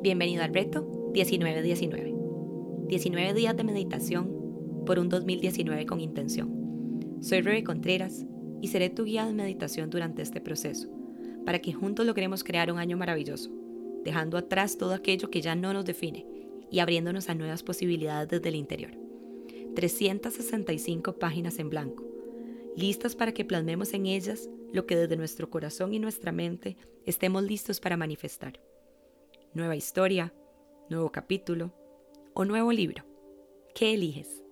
Bienvenido al reto 1919. 19 días de meditación por un 2019 con intención. Soy Rebe Contreras y seré tu guía de meditación durante este proceso, para que juntos logremos crear un año maravilloso, dejando atrás todo aquello que ya no nos define y abriéndonos a nuevas posibilidades desde el interior. 365 páginas en blanco, listas para que plasmemos en ellas lo que desde nuestro corazón y nuestra mente estemos listos para manifestar. Nueva historia, nuevo capítulo o nuevo libro. ¿Qué eliges?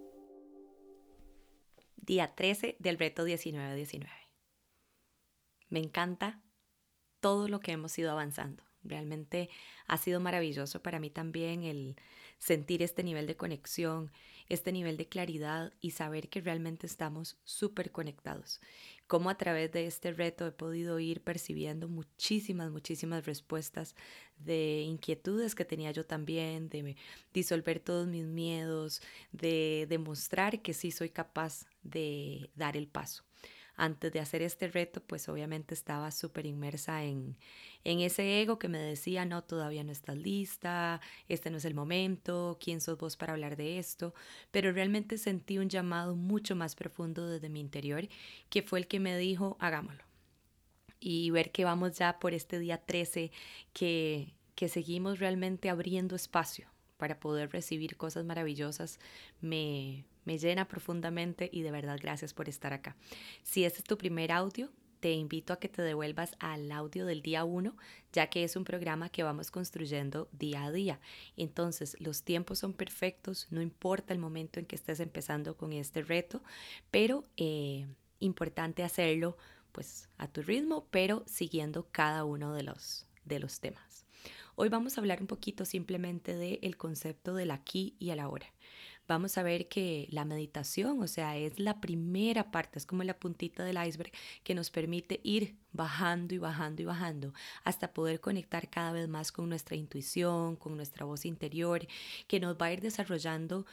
Día 13 del reto 1919. Me encanta todo lo que hemos ido avanzando. Realmente ha sido maravilloso para mí también el sentir este nivel de conexión, este nivel de claridad y saber que realmente estamos súper conectados. Cómo a través de este reto he podido ir percibiendo muchísimas respuestas de inquietudes que tenía yo también, de disolver todos mis miedos, de demostrar que sí soy capaz de dar el paso. Antes de hacer este reto, pues obviamente estaba súper inmersa en ese ego que me decía, no, todavía no estás lista, este no es el momento, ¿quién sos vos para hablar de esto? Pero realmente sentí un llamado mucho más profundo desde mi interior, que fue el que me dijo, hagámoslo. Y ver que vamos ya por este día 13, que seguimos realmente abriendo espacio para poder recibir cosas maravillosas, me llena profundamente y de verdad gracias por estar acá. Si este es tu primer audio, te invito a que te devuelvas al audio del día 1, ya que es un programa que vamos construyendo día a día. Entonces, los tiempos son perfectos, no importa el momento en que estés empezando con este reto, pero importante hacerlo pues a tu ritmo, pero siguiendo cada uno de los temas. Hoy vamos a hablar un poquito simplemente del concepto del aquí y el ahora. Vamos a ver que la meditación, o sea, es la primera parte, es como la puntita del iceberg que nos permite ir bajando y bajando y bajando hasta poder conectar cada vez más con nuestra intuición, con nuestra voz interior, que nos va a ir desarrollando,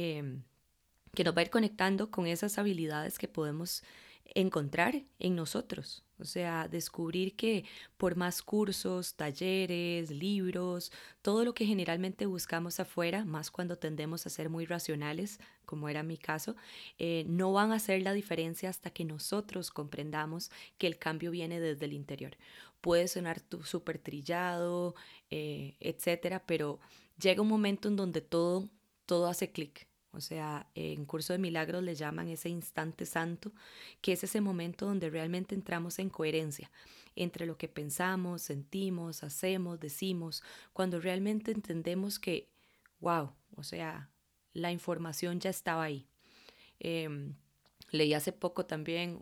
que nos va a ir conectando con esas habilidades que podemos encontrar en nosotros. O sea, descubrir que por más cursos, talleres, libros, todo lo que generalmente buscamos afuera, más cuando tendemos a ser muy racionales, como era mi caso, no van a hacer la diferencia hasta que nosotros comprendamos que el cambio viene desde el interior. Puede sonar súper trillado, etcétera, pero llega un momento en donde todo hace clic. O sea, en Curso de Milagros le llaman ese instante santo, que es ese momento donde realmente entramos en coherencia entre lo que pensamos, sentimos, hacemos, decimos, cuando realmente entendemos que, wow, o sea, la información ya estaba ahí. Eh, Leí hace poco también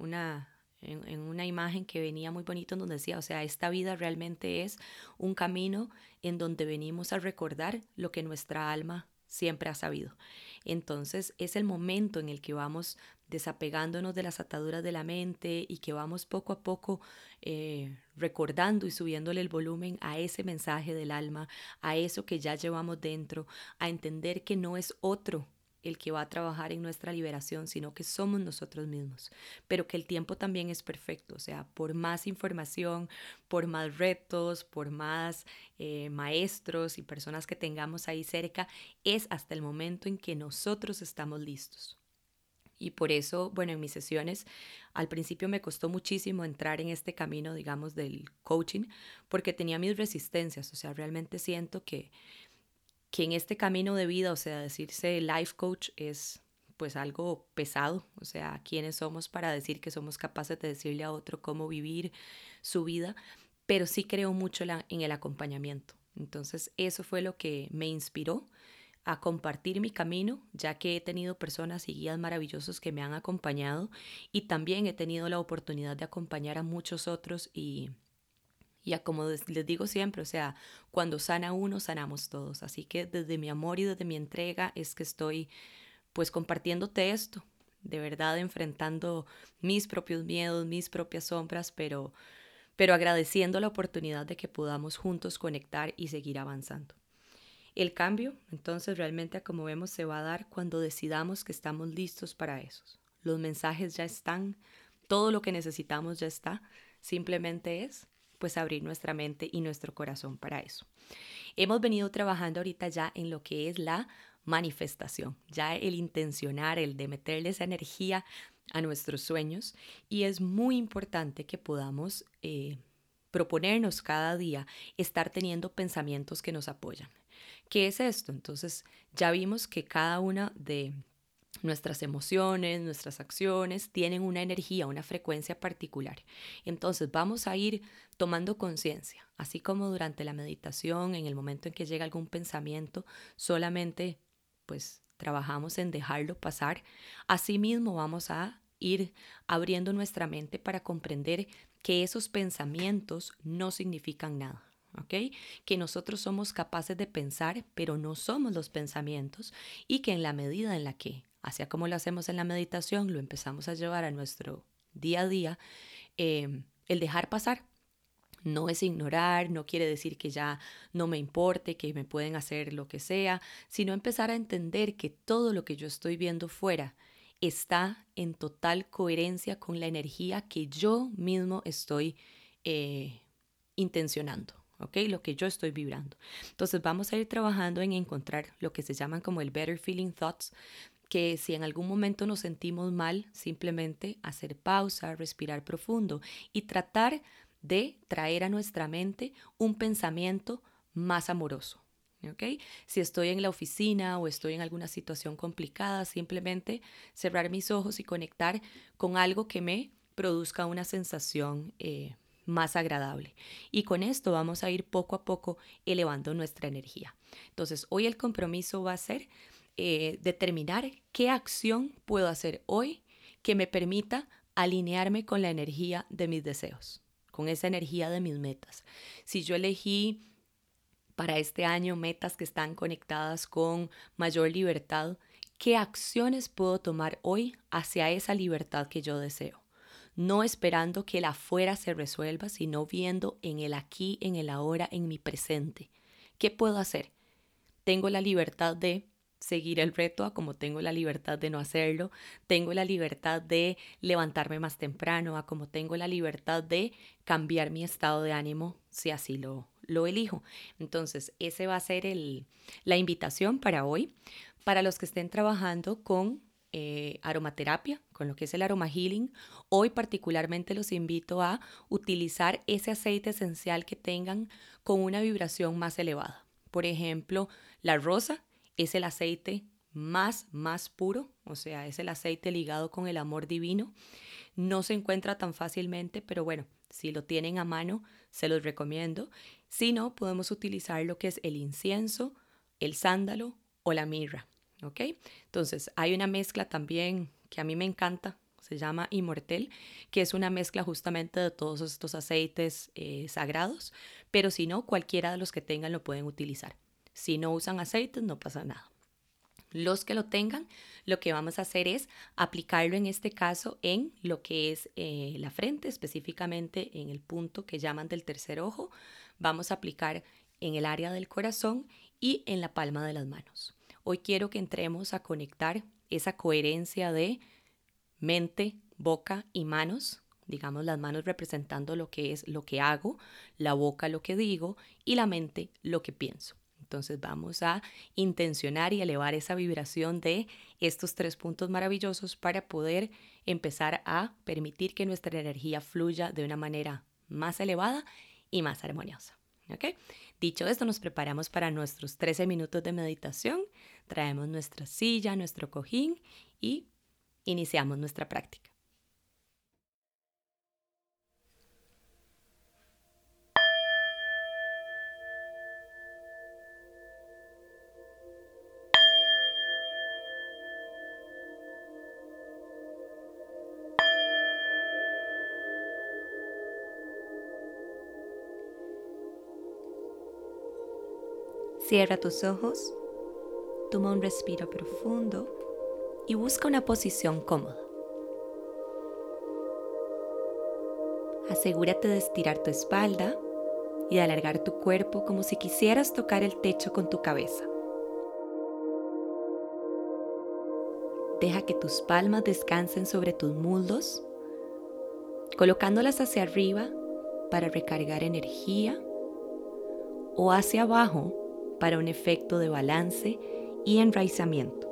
en una imagen que venía muy bonito en donde decía, o sea, esta vida realmente es un camino en donde venimos a recordar lo que nuestra alma siempre ha sabido. Entonces es el momento en el que vamos desapegándonos de las ataduras de la mente y que vamos poco a poco recordando y subiéndole el volumen a ese mensaje del alma, a eso que ya llevamos dentro, a entender que no es otro el que va a trabajar en nuestra liberación, sino que somos nosotros mismos, pero que el tiempo también es perfecto, o sea, por más información, por más retos, por más maestros y personas que tengamos ahí cerca, es hasta el momento en que nosotros estamos listos. Y por eso, bueno, en mis sesiones al principio me costó muchísimo entrar en este camino, digamos, del coaching, porque tenía mis resistencias, o sea, realmente siento que en este camino de vida, o sea, decirse life coach es pues algo pesado, o sea, quiénes somos para decir que somos capaces de decirle a otro cómo vivir su vida, pero sí creo mucho en el acompañamiento. Entonces eso fue lo que me inspiró a compartir mi camino, ya que he tenido personas y guías maravillosos que me han acompañado y también he tenido la oportunidad de acompañar a muchos otros y a como les digo siempre, o sea, cuando sana uno, sanamos todos. Así que desde mi amor y desde mi entrega es que estoy pues compartiéndote esto, de verdad enfrentando mis propios miedos, mis propias sombras, pero agradeciendo la oportunidad de que podamos juntos conectar y seguir avanzando. El cambio, entonces, realmente, como vemos, se va a dar cuando decidamos que estamos listos para eso. Los mensajes ya están, todo lo que necesitamos ya está, simplemente es pues abrir nuestra mente y nuestro corazón para eso. Hemos venido trabajando ahorita ya en lo que es la manifestación, ya el intencionar, el de meterle esa energía a nuestros sueños, y es muy importante que podamos proponernos cada día estar teniendo pensamientos que nos apoyan. ¿Qué es esto? Entonces ya vimos que cada una de nuestras emociones, nuestras acciones tienen una energía, una frecuencia particular. Entonces vamos a ir tomando conciencia, así como durante la meditación, en el momento en que llega algún pensamiento, solamente pues trabajamos en dejarlo pasar. Asimismo vamos a ir abriendo nuestra mente para comprender que esos pensamientos no significan nada. ¿Ok? Que nosotros somos capaces de pensar, pero no somos los pensamientos, y que en la medida en la que, así como lo hacemos en la meditación, lo empezamos a llevar a nuestro día a día, el dejar pasar no es ignorar, no quiere decir que ya no me importe, que me pueden hacer lo que sea, sino empezar a entender que todo lo que yo estoy viendo fuera está en total coherencia con la energía que yo mismo estoy intencionando. ¿Ok? Lo que yo estoy vibrando. Entonces vamos a ir trabajando en encontrar lo que se llaman como el better feeling thoughts, que si en algún momento nos sentimos mal, simplemente hacer pausa, respirar profundo y tratar de traer a nuestra mente un pensamiento más amoroso. ¿Ok? Si estoy en la oficina o estoy en alguna situación complicada, simplemente cerrar mis ojos y conectar con algo que me produzca una sensación más agradable. Y con esto vamos a ir poco a poco elevando nuestra energía. Entonces, hoy el compromiso va a ser determinar qué acción puedo hacer hoy que me permita alinearme con la energía de mis deseos, con esa energía de mis metas. Si yo elegí para este año metas que están conectadas con mayor libertad, ¿qué acciones puedo tomar hoy hacia esa libertad que yo deseo? No esperando que el afuera se resuelva, sino viendo en el aquí, en el ahora, en mi presente. ¿Qué puedo hacer? Tengo la libertad de seguir el reto, a como tengo la libertad de no hacerlo. Tengo la libertad de levantarme más temprano, a como tengo la libertad de cambiar mi estado de ánimo si así lo elijo. Entonces, ese va a ser la invitación para hoy. Para los que estén trabajando con aromaterapia, con lo que es el aroma healing, hoy particularmente los invito a utilizar ese aceite esencial que tengan con una vibración más elevada. Por ejemplo, la rosa es el aceite más puro, o sea, es el aceite ligado con el amor divino. No se encuentra tan fácilmente, pero bueno, si lo tienen a mano, se los recomiendo. Si no, podemos utilizar lo que es el incienso, el sándalo o la mirra. ¿Ok? Entonces, hay una mezcla también que a mí me encanta, se llama Immortel, que es una mezcla justamente de todos estos aceites sagrados, pero si no, cualquiera de los que tengan lo pueden utilizar. Si no usan aceites, no pasa nada. Los que lo tengan, lo que vamos a hacer es aplicarlo en este caso en lo que es la frente, específicamente en el punto que llaman del tercer ojo. Vamos a aplicar en el área del corazón y en la palma de las manos. Hoy quiero que entremos a conectar esa coherencia de mente, boca y manos. Digamos, las manos representando lo que es lo que hago, la boca lo que digo y la mente lo que pienso. Entonces vamos a intencionar y elevar esa vibración de estos 3 puntos maravillosos para poder empezar a permitir que nuestra energía fluya de una manera más elevada y más armoniosa. ¿Ok? Dicho esto, nos preparamos para nuestros 13 minutos de meditación. Traemos nuestra silla, nuestro cojín y iniciamos nuestra práctica. Cierra tus ojos, toma un respiro profundo y busca una posición cómoda. Asegúrate de estirar tu espalda y de alargar tu cuerpo como si quisieras tocar el techo con tu cabeza. Deja que tus palmas descansen sobre tus muslos, colocándolas hacia arriba para recargar energía o hacia abajo para un efecto de balance y enraizamiento.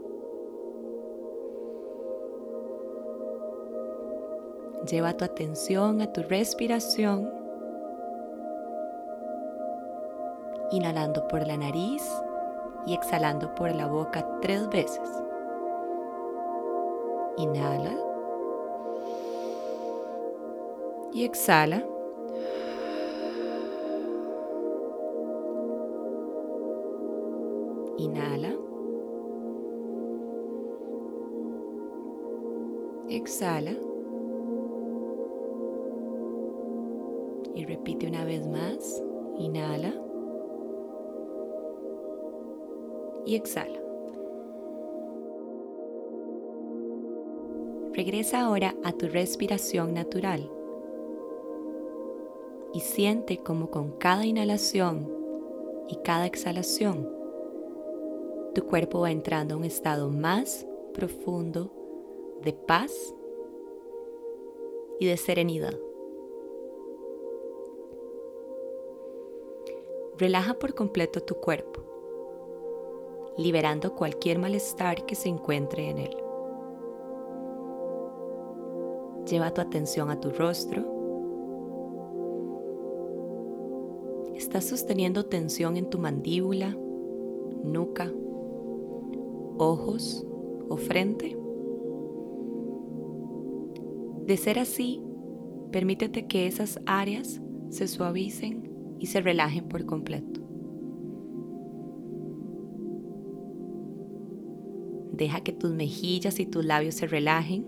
Lleva tu atención a tu respiración, inhalando por la nariz y exhalando por la boca 3 veces. Inhala y exhala. Inhala. Exhala. Y repite una vez más. Inhala. Y exhala. Regresa ahora a tu respiración natural y siente cómo con cada inhalación y cada exhalación tu cuerpo va entrando a un estado más profundo de paz y de serenidad. Relaja por completo tu cuerpo, liberando cualquier malestar que se encuentre en él. Lleva tu atención a tu rostro. ¿Estás sosteniendo tensión en tu mandíbula, nuca, ojos o frente? De ser así, permítete que esas áreas se suavicen y se relajen por completo. Deja que tus mejillas y tus labios se relajen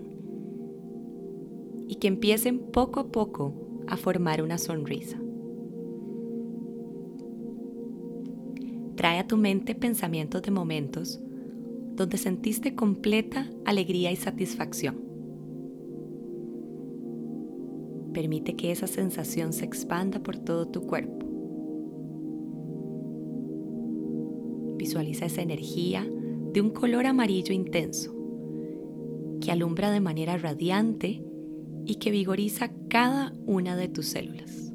y que empiecen poco a poco a formar una sonrisa. Trae a tu mente pensamientos de momentos donde sentiste completa alegría y satisfacción. Permite que esa sensación se expanda por todo tu cuerpo. Visualiza esa energía de un color amarillo intenso que alumbra de manera radiante y que vigoriza cada una de tus células.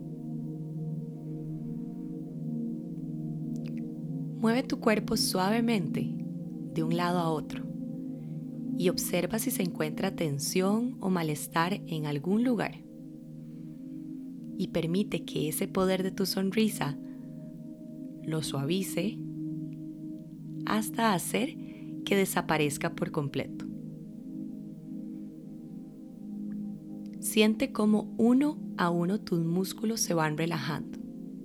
Mueve tu cuerpo suavemente de un lado a otro y observa si se encuentra tensión o malestar en algún lugar. Y permite que ese poder de tu sonrisa lo suavice hasta hacer que desaparezca por completo. Siente cómo uno a uno tus músculos se van relajando.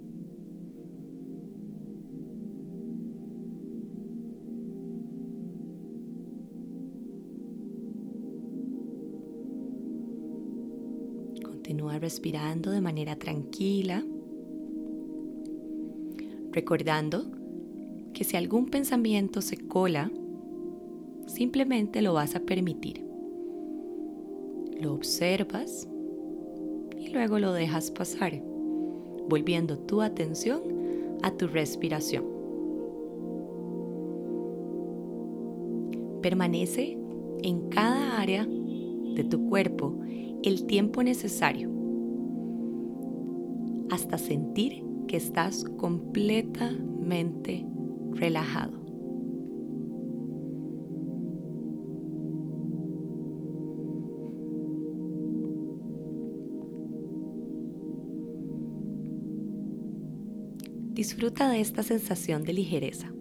Continúa respirando de manera tranquila, recordando que si algún pensamiento se cola, simplemente lo vas a permitir. Lo observas y luego lo dejas pasar, volviendo tu atención a tu respiración. Permanece en cada área de tu cuerpo el tiempo necesario hasta sentir que estás completamente relajado. Disfruta de esta sensación de ligereza.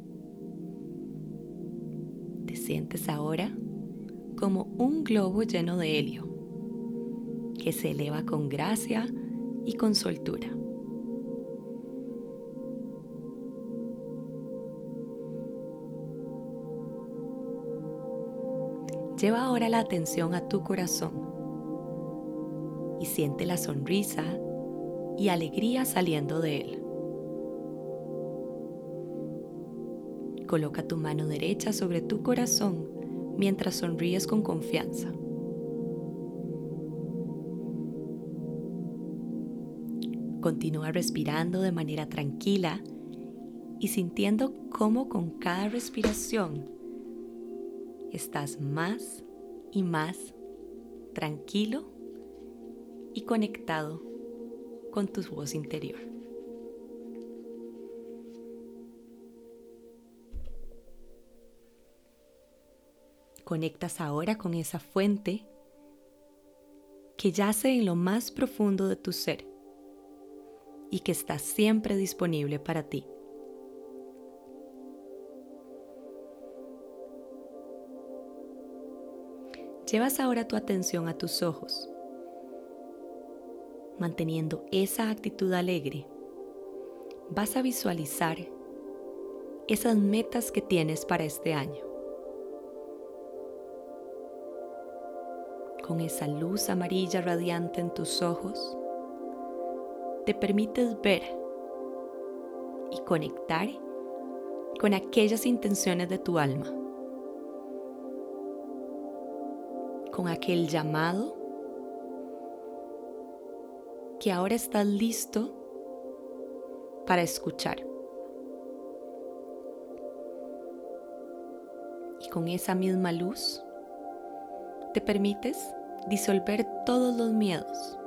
Te sientes ahora como un globo lleno de helio que se eleva con gracia y con soltura. Lleva ahora la atención a tu corazón y siente la sonrisa y alegría saliendo de él. Coloca tu mano derecha sobre tu corazón mientras sonríes con confianza. Continúa respirando de manera tranquila y sintiendo cómo con cada respiración estás más y más tranquilo y conectado con tu voz interior. Conectas ahora con esa fuente que yace en lo más profundo de tu ser y que está siempre disponible para ti. Llevas ahora tu atención a tus ojos, manteniendo esa actitud alegre. Vas a visualizar esas metas que tienes para este año. Con esa luz amarilla radiante en tus ojos, te permites ver y conectar con aquellas intenciones de tu alma, con aquel llamado que ahora estás listo para escuchar. Y con esa misma luz, te permites disolver todos los miedos,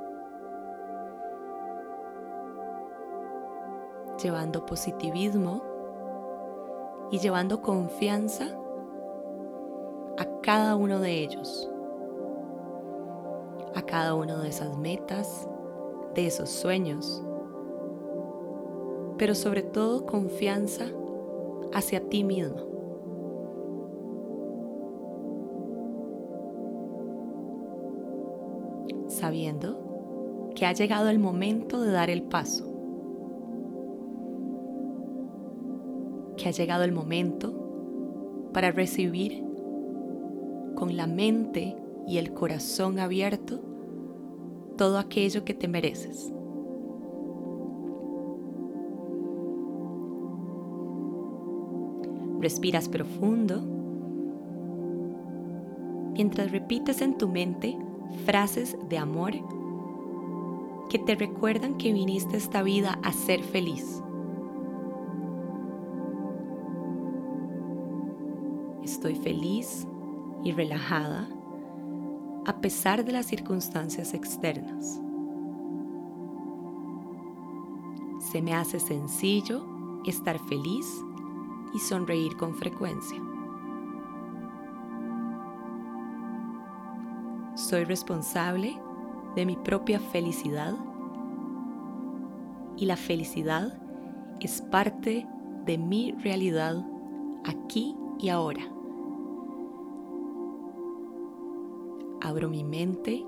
llevando positivismo y llevando confianza a cada uno de ellos, a cada una de esas metas, de esos sueños, pero sobre todo confianza hacia ti mismo. Sabiendo que ha llegado el momento de dar el paso, que ha llegado el momento para recibir con la mente y el corazón abierto todo aquello que te mereces. Respiras profundo mientras repites en tu mente frases de amor que te recuerdan que viniste a esta vida a ser feliz. Estoy feliz y relajada a pesar de las circunstancias externas. Se me hace sencillo estar feliz y sonreír con frecuencia. Soy responsable de mi propia felicidad y la felicidad es parte de mi realidad aquí y ahora. Abro mi mente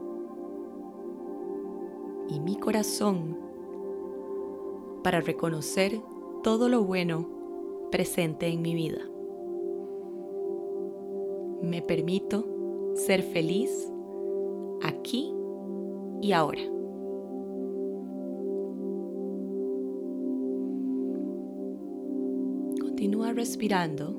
y mi corazón para reconocer todo lo bueno presente en mi vida. Me permito ser feliz aquí y ahora. Continúa respirando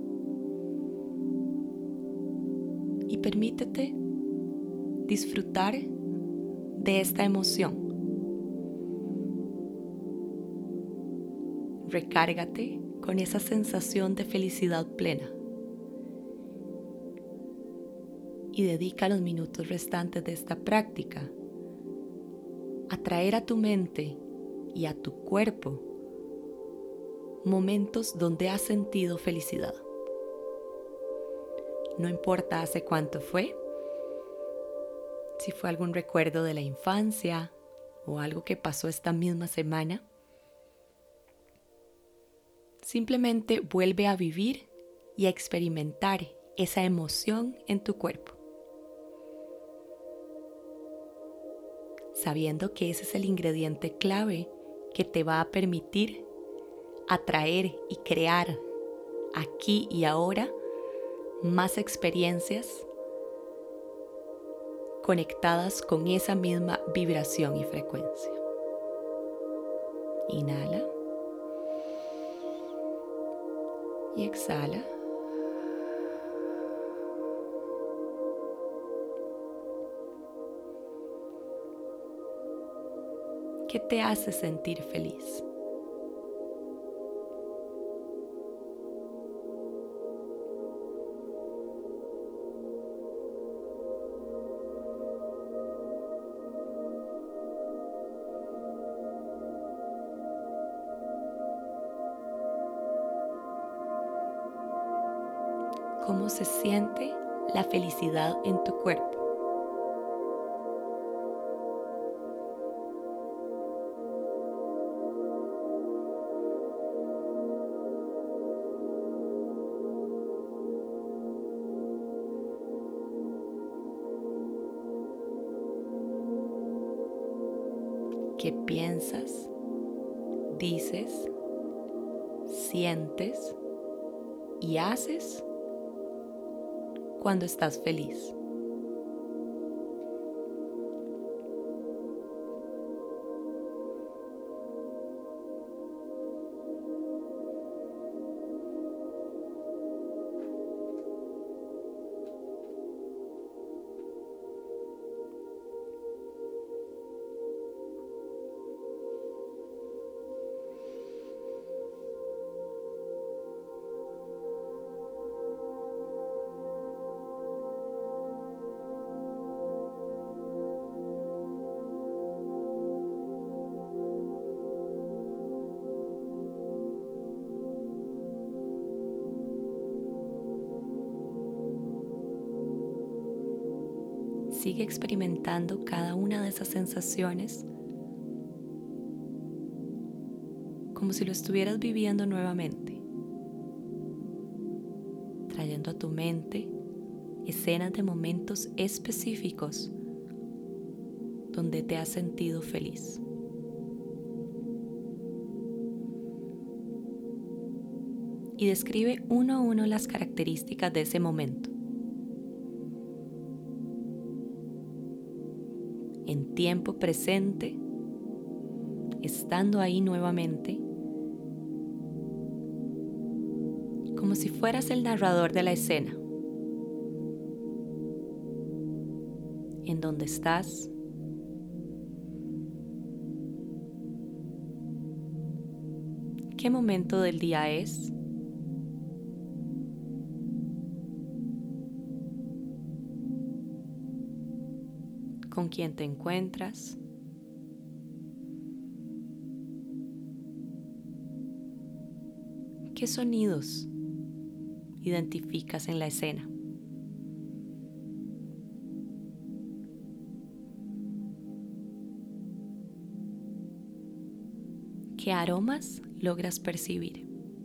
y permítete disfrutar de esta emoción. Recárgate con esa sensación de felicidad plena y dedica los minutos restantes de esta práctica a traer a tu mente y a tu cuerpo momentos donde has sentido felicidad. No importa hace cuánto fue, si fue algún recuerdo de la infancia o algo que pasó esta misma semana, simplemente vuelve a vivir y a experimentar esa emoción en tu cuerpo, sabiendo que ese es el ingrediente clave que te va a permitir atraer y crear aquí y ahora más experiencias conectadas con esa misma vibración y frecuencia. Inhala y exhala. ¿Qué te hace sentir feliz? cómo se siente la felicidad en tu cuerpo. ¿Qué piensas, dices, sientes y haces cuando estás feliz? Sigue experimentando cada una de esas sensaciones como si lo estuvieras viviendo nuevamente, trayendo a tu mente escenas de momentos específicos donde te has sentido feliz. Y describe uno a uno las características de ese momento. En tiempo presente, estando ahí nuevamente, como si fueras el narrador de la escena, en donde estás, qué momento del día es, con quién te encuentras, qué sonidos identificas en la escena. ¿Qué aromas logras percibir?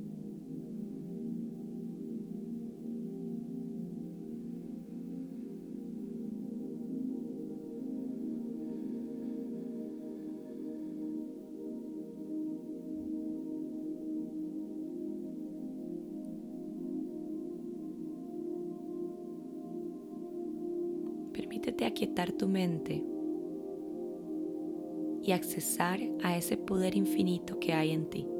Permítete aquietar tu mente y accesar a ese poder infinito que hay en ti.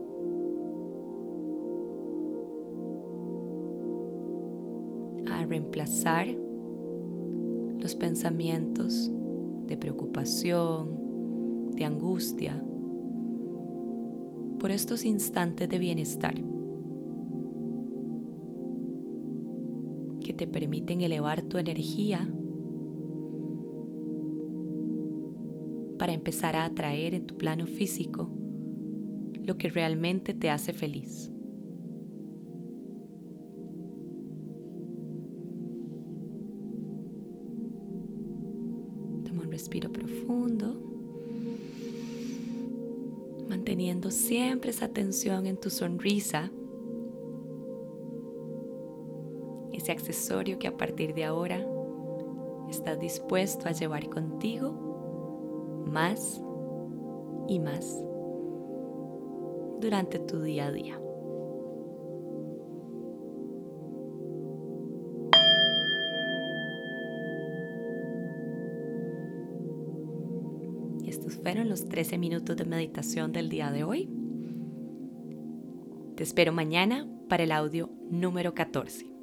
A reemplazar los pensamientos de preocupación, de angustia, por estos instantes de bienestar que te permiten elevar tu energía para empezar a atraer en tu plano físico lo que realmente te hace feliz. Toma un respiro profundo, manteniendo siempre esa atención en tu sonrisa, ese accesorio que a partir de ahora estás dispuesto a llevar contigo más y más durante tu día a día. Y estos fueron los 13 minutos de meditación del día de hoy. Te espero mañana para el audio número 14.